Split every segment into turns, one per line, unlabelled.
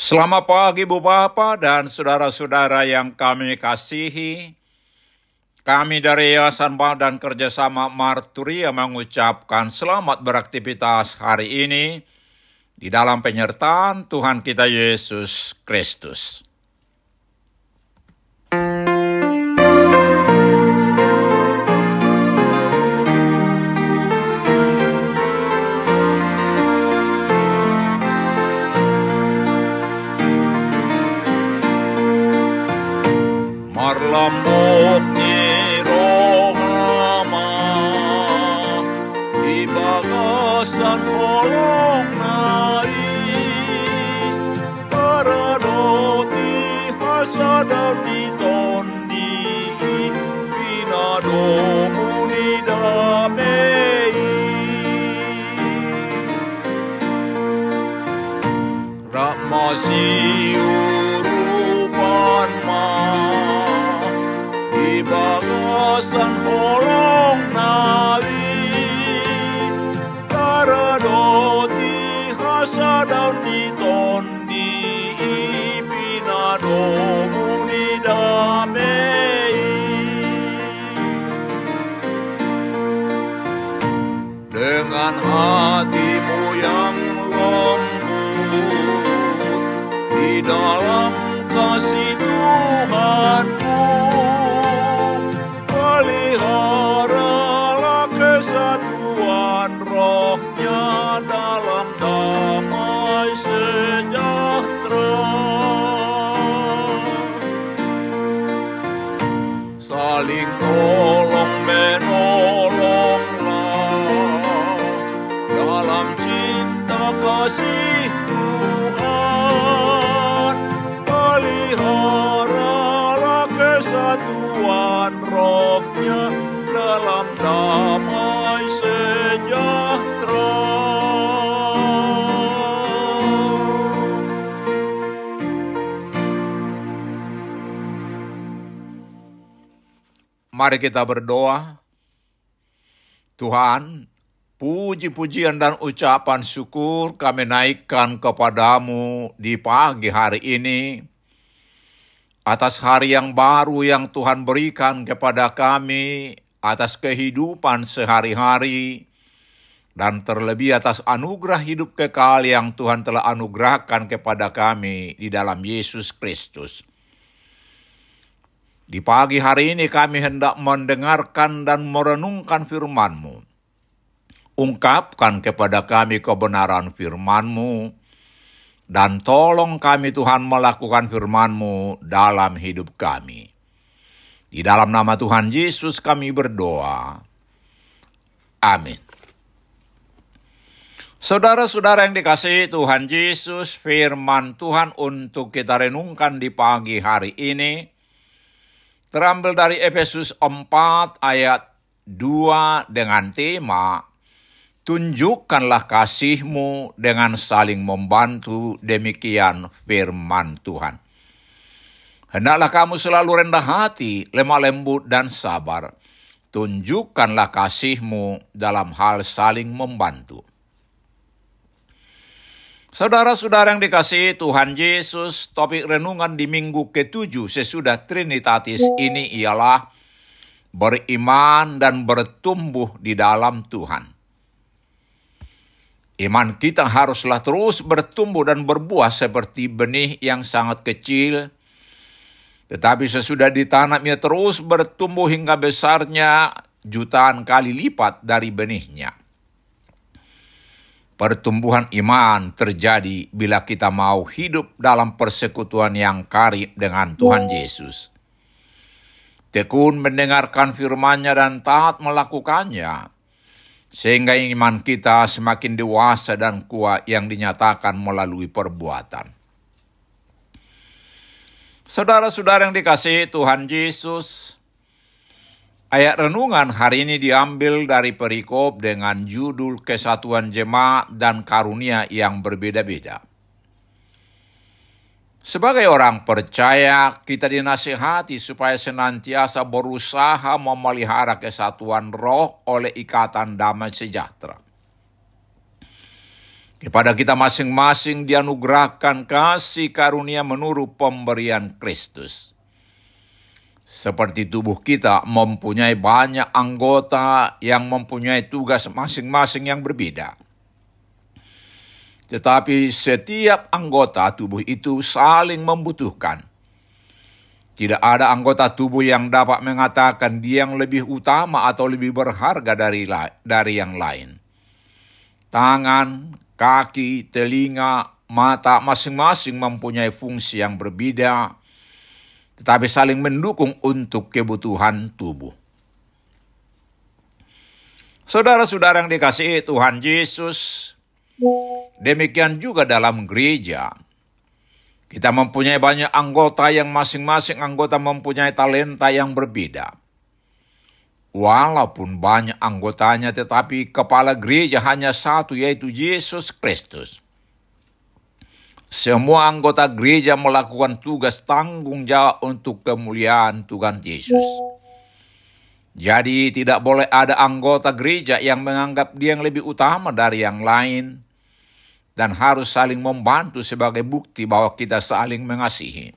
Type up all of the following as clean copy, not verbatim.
Selamat pagi Bu Bapak dan saudara-saudara yang kami kasihi. Kami dari Yayasan Badan Kerjasama Marturia mengucapkan selamat beraktivitas hari ini di dalam penyertaan Tuhan kita Yesus Kristus. Marlamok ni rohama di bagasan holong nai karadoti hasadau di tondi pinado muni damei ramasiu rupan ma bagasan holong nawi karadoti hasadau ni tondi pinado muni damei dengan hatimu yang lembut di dalam kasih Tuhanmu. Peliharalah kesatuan rohnya dalam damai sejahtera. Saling tolong menolonglah dalam cinta kasih Tuhan. Peliharalah kesatuan rohnya dalam damai sejahtera. Mari kita berdoa. Tuhan, puji-pujian dan ucapan syukur kami naikkan kepadamu di pagi hari ini atas hari yang baru yang Tuhan berikan kepada kami, atas kehidupan sehari-hari, dan terlebih atas anugerah hidup kekal yang Tuhan telah anugerahkan kepada kami di dalam Yesus Kristus. Di pagi hari ini kami hendak mendengarkan dan merenungkan firman-Mu. Ungkapkan kepada kami kebenaran firman-Mu, dan tolong kami Tuhan melakukan firman-Mu dalam hidup kami. Di dalam nama Tuhan Yesus kami berdoa. Amin. Saudara-saudara yang dikasihi Tuhan Yesus, firman Tuhan untuk kita renungkan di pagi hari ini terambil dari Efesus 4 ayat 2 dengan tema tunjukkanlah kasih-Mu dengan saling membantu, demikian firman Tuhan. Hendaklah kamu selalu rendah hati, lemah lembut dan sabar. Tunjukkanlah kasih-Mu dalam hal saling membantu. Saudara-saudara yang dikasihi Tuhan Yesus, topik renungan di minggu ke-7 sesudah Trinitatis ini ialah beriman dan bertumbuh di dalam Tuhan. Iman kita haruslah terus bertumbuh dan berbuah seperti benih yang sangat kecil, tetapi sesudah ditanam ia terus bertumbuh hingga besarnya jutaan kali lipat dari benihnya. Pertumbuhan iman terjadi bila kita mau hidup dalam persekutuan yang karib dengan Tuhan Yesus. Tekun mendengarkan firman-Nya dan taat melakukannya, sehingga iman kita semakin dewasa dan kuat yang dinyatakan melalui perbuatan. Saudara-saudara yang dikasihi Tuhan Yesus, ayat renungan hari ini diambil dari perikop dengan judul Kesatuan Jemaat dan Karunia yang Berbeda-beda. Sebagai orang percaya, kita dinasihati supaya senantiasa berusaha memelihara kesatuan roh oleh ikatan damai sejahtera. Kepada kita masing-masing dianugerahkan kasih karunia menurut pemberian Kristus. Seperti tubuh kita mempunyai banyak anggota yang mempunyai tugas masing-masing yang berbeda. Tetapi setiap anggota tubuh itu saling membutuhkan. Tidak ada anggota tubuh yang dapat mengatakan dia yang lebih utama atau lebih berharga dari yang lain. Tangan, kaki, telinga, mata masing-masing mempunyai fungsi yang berbeda, tetapi saling mendukung untuk kebutuhan tubuh. Saudara-saudara yang dikasihi Tuhan Yesus, demikian juga dalam gereja. Kita mempunyai banyak anggota yang masing-masing anggota mempunyai talenta yang berbeda. Walaupun banyak anggotanya, tetapi kepala gereja hanya satu, yaitu Yesus Kristus. Semua anggota gereja melakukan tugas tanggung jawab untuk kemuliaan Tuhan Yesus. Jadi tidak boleh ada anggota gereja yang menganggap dia yang lebih utama dari yang lain, dan harus saling membantu sebagai bukti bahwa kita saling mengasihi.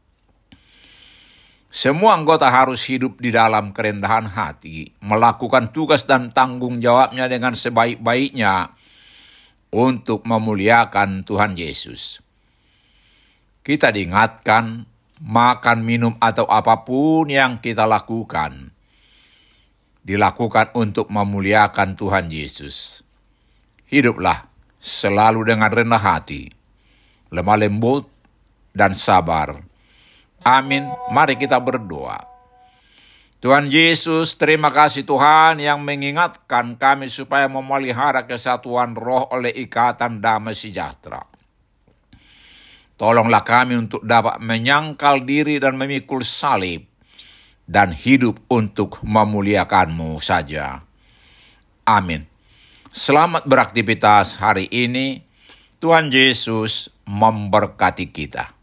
Semua anggota harus hidup di dalam kerendahan hati, melakukan tugas dan tanggung jawabnya dengan sebaik-baiknya untuk memuliakan Tuhan Yesus. Kita diingatkan, makan, minum, atau apapun yang kita lakukan, dilakukan untuk memuliakan Tuhan Yesus. Hiduplah selalu dengan rendah hati, lemah lembut, dan sabar. Amin. Mari kita berdoa. Tuhan Yesus, terima kasih Tuhan yang mengingatkan kami supaya memelihara kesatuan roh oleh ikatan damai sejahtera. Tolonglah kami untuk dapat menyangkal diri dan memikul salib dan hidup untuk memuliakan-Mu saja. Amin. Selamat beraktivitas hari ini. Tuhan Yesus memberkati kita.